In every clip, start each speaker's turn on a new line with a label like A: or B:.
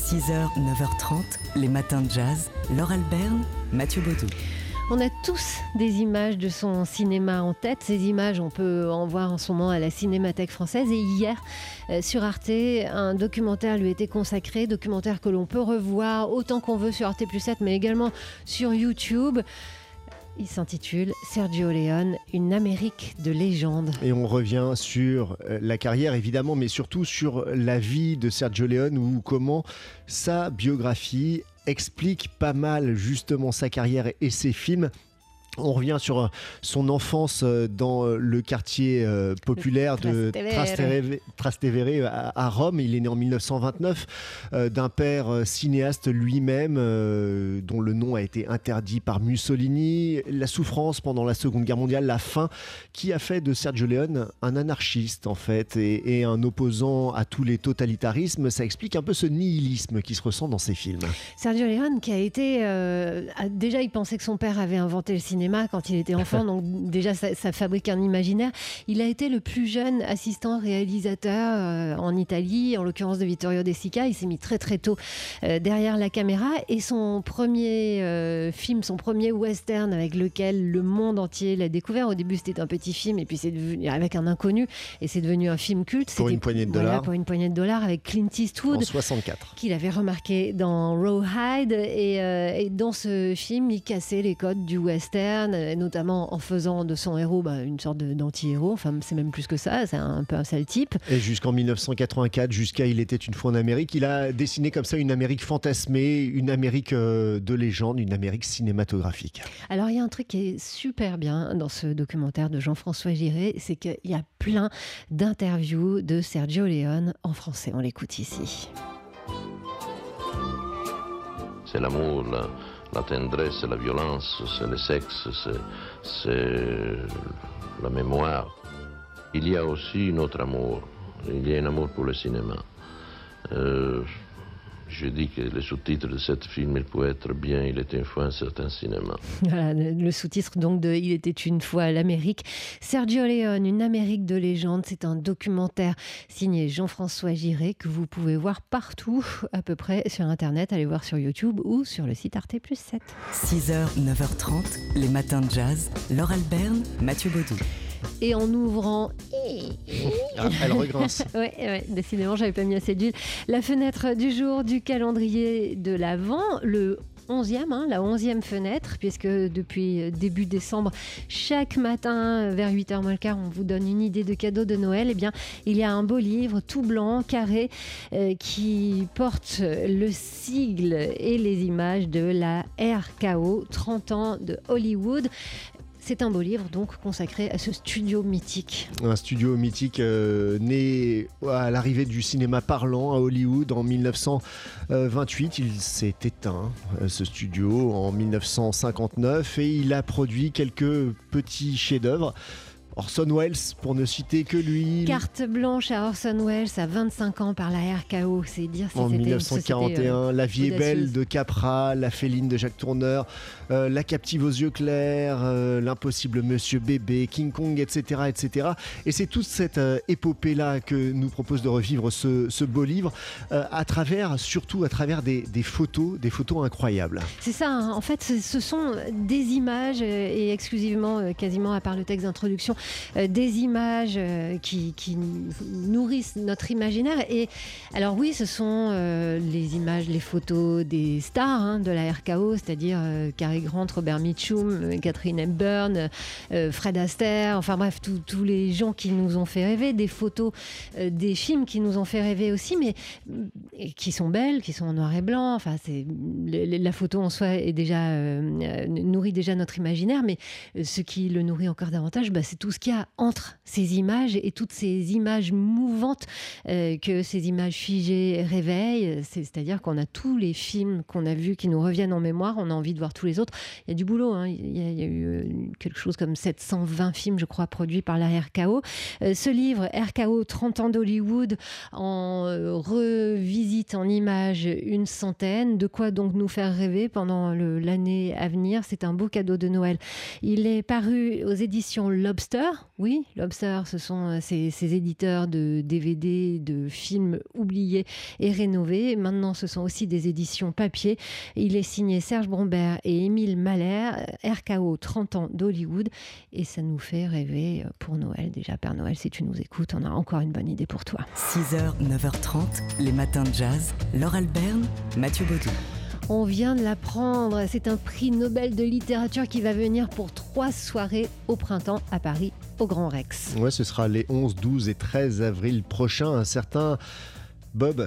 A: 6h, 9h30, les matins de jazz. Laure Alberne, Mathieu Baudou.
B: On a tous des images de son cinéma en tête. Ces images, on peut en voir en ce moment à la Cinémathèque française. Et hier, sur Arte, un documentaire lui était consacré. Documentaire que l'on peut revoir autant qu'on veut sur Arte+7, mais également sur YouTube. Il s'intitule Sergio Leone, une Amérique de légende.
C: Et on revient sur la carrière évidemment, mais surtout sur la vie de Sergio Leone ou comment sa biographie explique pas mal justement sa carrière et ses films. On revient sur son enfance dans le quartier populaire de Trastevere à Rome. Il est né en 1929 d'un père cinéaste lui-même dont le nom a été interdit par Mussolini. La souffrance pendant la Seconde Guerre mondiale, la faim, qui a fait de Sergio Leone un anarchiste en fait et un opposant à tous les totalitarismes. Ça explique un peu ce nihilisme qui se ressent dans ses films.
B: Sergio Leone qui a été... déjà, il pensait que son père avait inventé le cinéma quand il était enfant, donc déjà ça fabrique un imaginaire. Il a été le plus jeune assistant réalisateur en Italie, en l'occurrence de Vittorio De Sica. Il s'est mis très très tôt derrière la caméra et son premier film, son premier western avec lequel le monde entier l'a découvert. Au début c'était un petit film et puis c'est devenu avec un inconnu et c'est devenu un film culte.
C: Pour une poignée de dollars.
B: Pour une poignée de dollars avec Clint Eastwood.
C: En 64. Qu'il
B: avait remarqué dans Rawhide et dans ce film il cassait les codes du western, notamment en faisant de son héros une sorte d'anti-héros. Enfin, c'est même plus que ça, c'est un peu un sale type.
C: Et jusqu'en 1984, jusqu'à Il était une fois en Amérique, il a dessiné comme ça une Amérique fantasmée, une Amérique de légende, une Amérique cinématographique.
B: Alors, il y a un truc qui est super bien dans ce documentaire de Jean-François Giré, c'est qu'il y a plein d'interviews de Sergio Leone en français. On l'écoute ici.
D: C'est l'amour, la tendresse, la violence, c'est le sexe, c'est la mémoire. Il y a aussi un autre amour, il y a un amour pour le cinéma. Je dis que le sous-titre de ce film, il peut être bien, il était une fois un certain cinéma.
B: Voilà, le sous-titre donc de Il était une fois l'Amérique. Sergio Leone, une Amérique de légende, c'est un documentaire signé Jean-François Giré que vous pouvez voir partout, à peu près sur Internet. Allez voir sur YouTube ou sur le site Arte+7.
A: 6h, 9h30, les matins de jazz. Laure Alberne, Mathieu Baudou.
B: Et en ouvrant...
C: Elle regrince.
B: Ouais, décidément, j'avais pas mis assez d'huile. La fenêtre du jour du calendrier de l'Avent, le 11e, la 11e fenêtre, puisque depuis début décembre, chaque matin, vers 8h moins le quart, on vous donne une idée de cadeau de Noël. Eh bien, il y a un beau livre, tout blanc, carré, qui porte le sigle et les images de la RKO, 30 ans de Hollywood. C'est un beau livre donc consacré à ce studio mythique. Un
C: studio mythique né à l'arrivée du cinéma parlant à Hollywood en 1928. Il s'est éteint, ce studio, en 1959 et il a produit quelques petits chefs-d'œuvre. Orson Welles, pour ne citer que lui.
B: Carte blanche à Orson Welles à 25 ans par la RKO, c'est dire si
C: en
B: c'était
C: 1941, La vie
B: audacieuse.
C: Est belle de Capra, La féline de Jacques Tourneur, La captive aux yeux clairs, L'impossible Monsieur Bébé, King Kong, etc. etc. Et c'est toute cette épopée-là que nous propose de revivre ce beau livre, surtout à travers des photos incroyables.
B: C'est ça, hein. En fait, ce sont des images, et exclusivement, quasiment à part le texte d'introduction, des images qui nourrissent notre imaginaire. Et alors oui, ce sont les images, les photos des stars de la RKO, c'est-à-dire Cary Grant, Robert Mitchum, Katharine Hepburn, Fred Astaire, enfin bref, tous les gens qui nous ont fait rêver, des photos des films qui nous ont fait rêver aussi, mais qui sont belles, qui sont en noir et blanc. Enfin, la photo en soi est déjà nourrit déjà notre imaginaire, mais ce qui le nourrit encore davantage, c'est tout ce qu'il y a entre ces images et toutes ces images mouvantes que ces images figées réveillent. C'est-à-dire qu'on a tous les films qu'on a vus qui nous reviennent en mémoire, on a envie de voir tous les autres. Il y a du boulot, hein. Il y a eu quelque chose comme 720 films, je crois, produits par la RKO. Ce livre, RKO, 30 ans d'Hollywood, en revisite en images une centaine. De quoi donc nous faire rêver pendant l'année à venir. C'est un beau cadeau de Noël. Il est paru aux éditions Lobster. Oui, Lobster, ce sont ces éditeurs de DVD, de films oubliés et rénovés. Maintenant, ce sont sont aussi des éditions papier. Il est signé Serge Brombert et Émile Mahler, RKO 30 ans d'Hollywood. Et ça nous fait rêver pour Noël. Déjà, Père Noël, si tu nous écoutes, on a encore une bonne idée pour toi.
A: 6h, 9h30, les matins de jazz. Laure Alberne, Mathieu Baudou.
B: On vient de l'apprendre, c'est un prix Nobel de littérature qui va venir pour 3 soirées au printemps à Paris, au Grand Rex.
C: Ouais, ce sera les 11, 12 et 13 avril prochains. Un certain Bob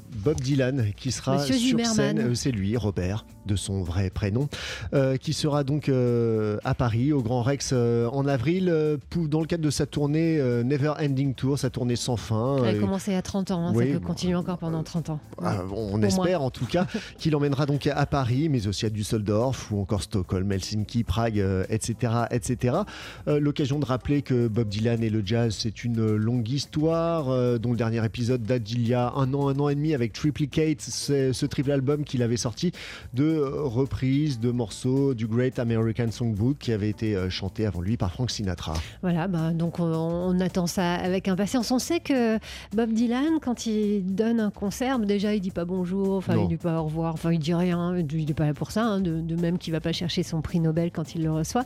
C: Dylan qui sera
B: Monsieur
C: sur
B: Zimmerman.
C: scène, c'est lui, Robert, de son vrai prénom, qui sera donc à Paris, au Grand Rex en avril, dans le cadre de sa tournée Never Ending Tour, sa tournée sans fin.
B: Elle a commencé à 30 ans,
C: oui,
B: ça peut continuer encore pendant 30 ans.
C: On espère en tout cas qu'il emmènera donc à Paris, mais aussi à Düsseldorf ou encore Stockholm, Helsinki, Prague, etc. etc. L'occasion de rappeler que Bob Dylan et le jazz, c'est une longue histoire, dont le dernier épisode date d'il y a un an et demi avec Triplicate, c'est ce triple album qu'il avait sorti de reprises de morceaux du Great American Songbook qui avait été chanté avant lui par Frank Sinatra.
B: Voilà, donc on attend ça avec impatience. On sait que Bob Dylan, quand il donne un concert, déjà il dit pas bonjour, il dit pas au revoir, il dit rien, il n'est pas là pour ça, de même qu'il va pas chercher son prix Nobel quand il le reçoit.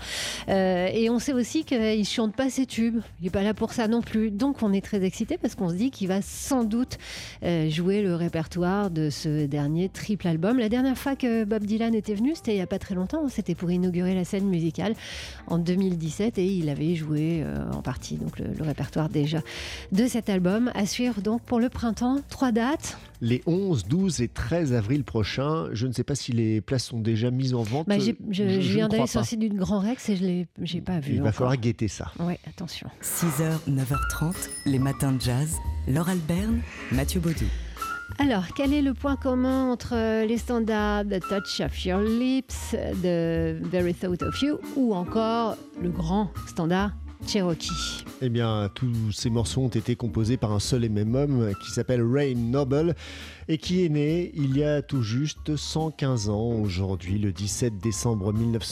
B: Et on sait aussi qu'il chante pas ses tubes, il est pas là pour ça non plus. Donc on est très excités parce qu'on se dit qu'il va sans doute jouer le répertoire de ce dernier triple album. La dernière fois que Bob Dylan était venu, c'était il n'y a pas très longtemps, c'était pour inaugurer la scène musicale en 2017 et il avait joué en partie donc le répertoire déjà de cet album. À suivre donc pour le printemps, 3 dates.
C: Les 11, 12 et 13 avril prochains, je ne sais pas si les places sont déjà mises en vente.
B: Je viens d'aller sur le site du Grand Rex et je n'ai pas vu.
C: Il va falloir guetter ça.
B: Oui, attention.
A: 6h, 9h30, les matins de jazz. Laure Alberne, Mathieu Baudou.
B: Alors, quel est le point commun entre les standards The Touch of Your Lips, The Very Thought of You ou encore le grand standard Cherokee?
C: Eh bien, tous ces morceaux ont été composés par un seul et même homme qui s'appelle Ray Noble et qui est né il y a tout juste 115 ans aujourd'hui, le 17 décembre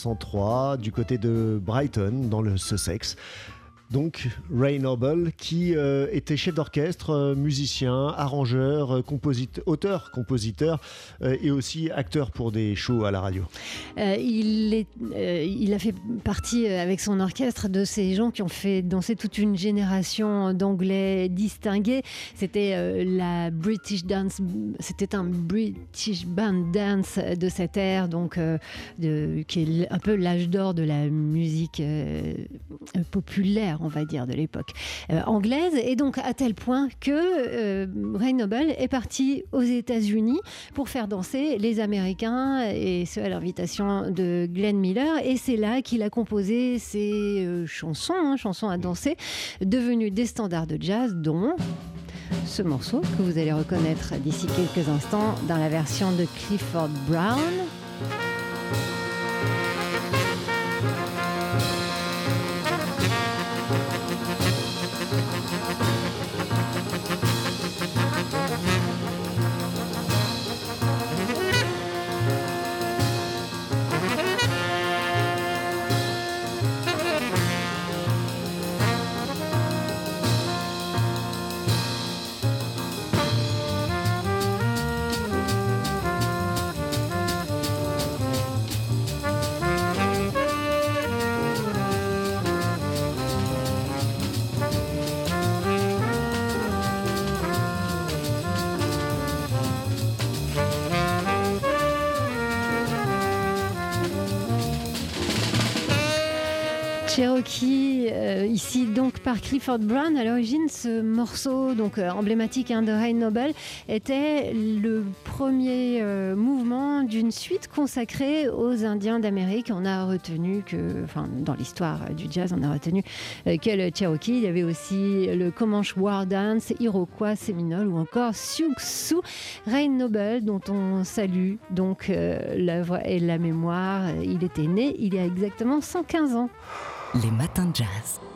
C: 1903, du côté de Brighton, dans le Sussex. Donc Ray Noble qui était chef d'orchestre, musicien, arrangeur, auteur-compositeur et aussi acteur pour des shows à la radio.
B: Il a fait partie avec son orchestre de ces gens qui ont fait danser toute une génération d'anglais distingués. C'était la British Dance, c'était un British Band Dance de cette ère, donc qui est un peu l'âge d'or de la musique populaire, on va dire, de l'époque anglaise, et donc à tel point que Ray Noble est parti aux États-Unis pour faire danser les Américains, et ce à l'invitation de Glenn Miller, et c'est là qu'il a composé ses chansons à danser, devenues des standards de jazz, dont ce morceau que vous allez reconnaître d'ici quelques instants dans la version de Clifford Brown. Cherokee, ici donc par Clifford Brown. À l'origine, ce morceau donc emblématique de Ray Noble était le premier mouvement d'une suite consacrée aux Indiens d'Amérique. On a retenu dans l'histoire du jazz, on a retenu que le Cherokee. Il y avait aussi le Comanche War Dance, Iroquois, Séminole ou encore Sioux Sioux. Ray Noble, dont on salue donc l'œuvre et la mémoire. Il était né il y a exactement 115 ans.
A: Les matins de jazz.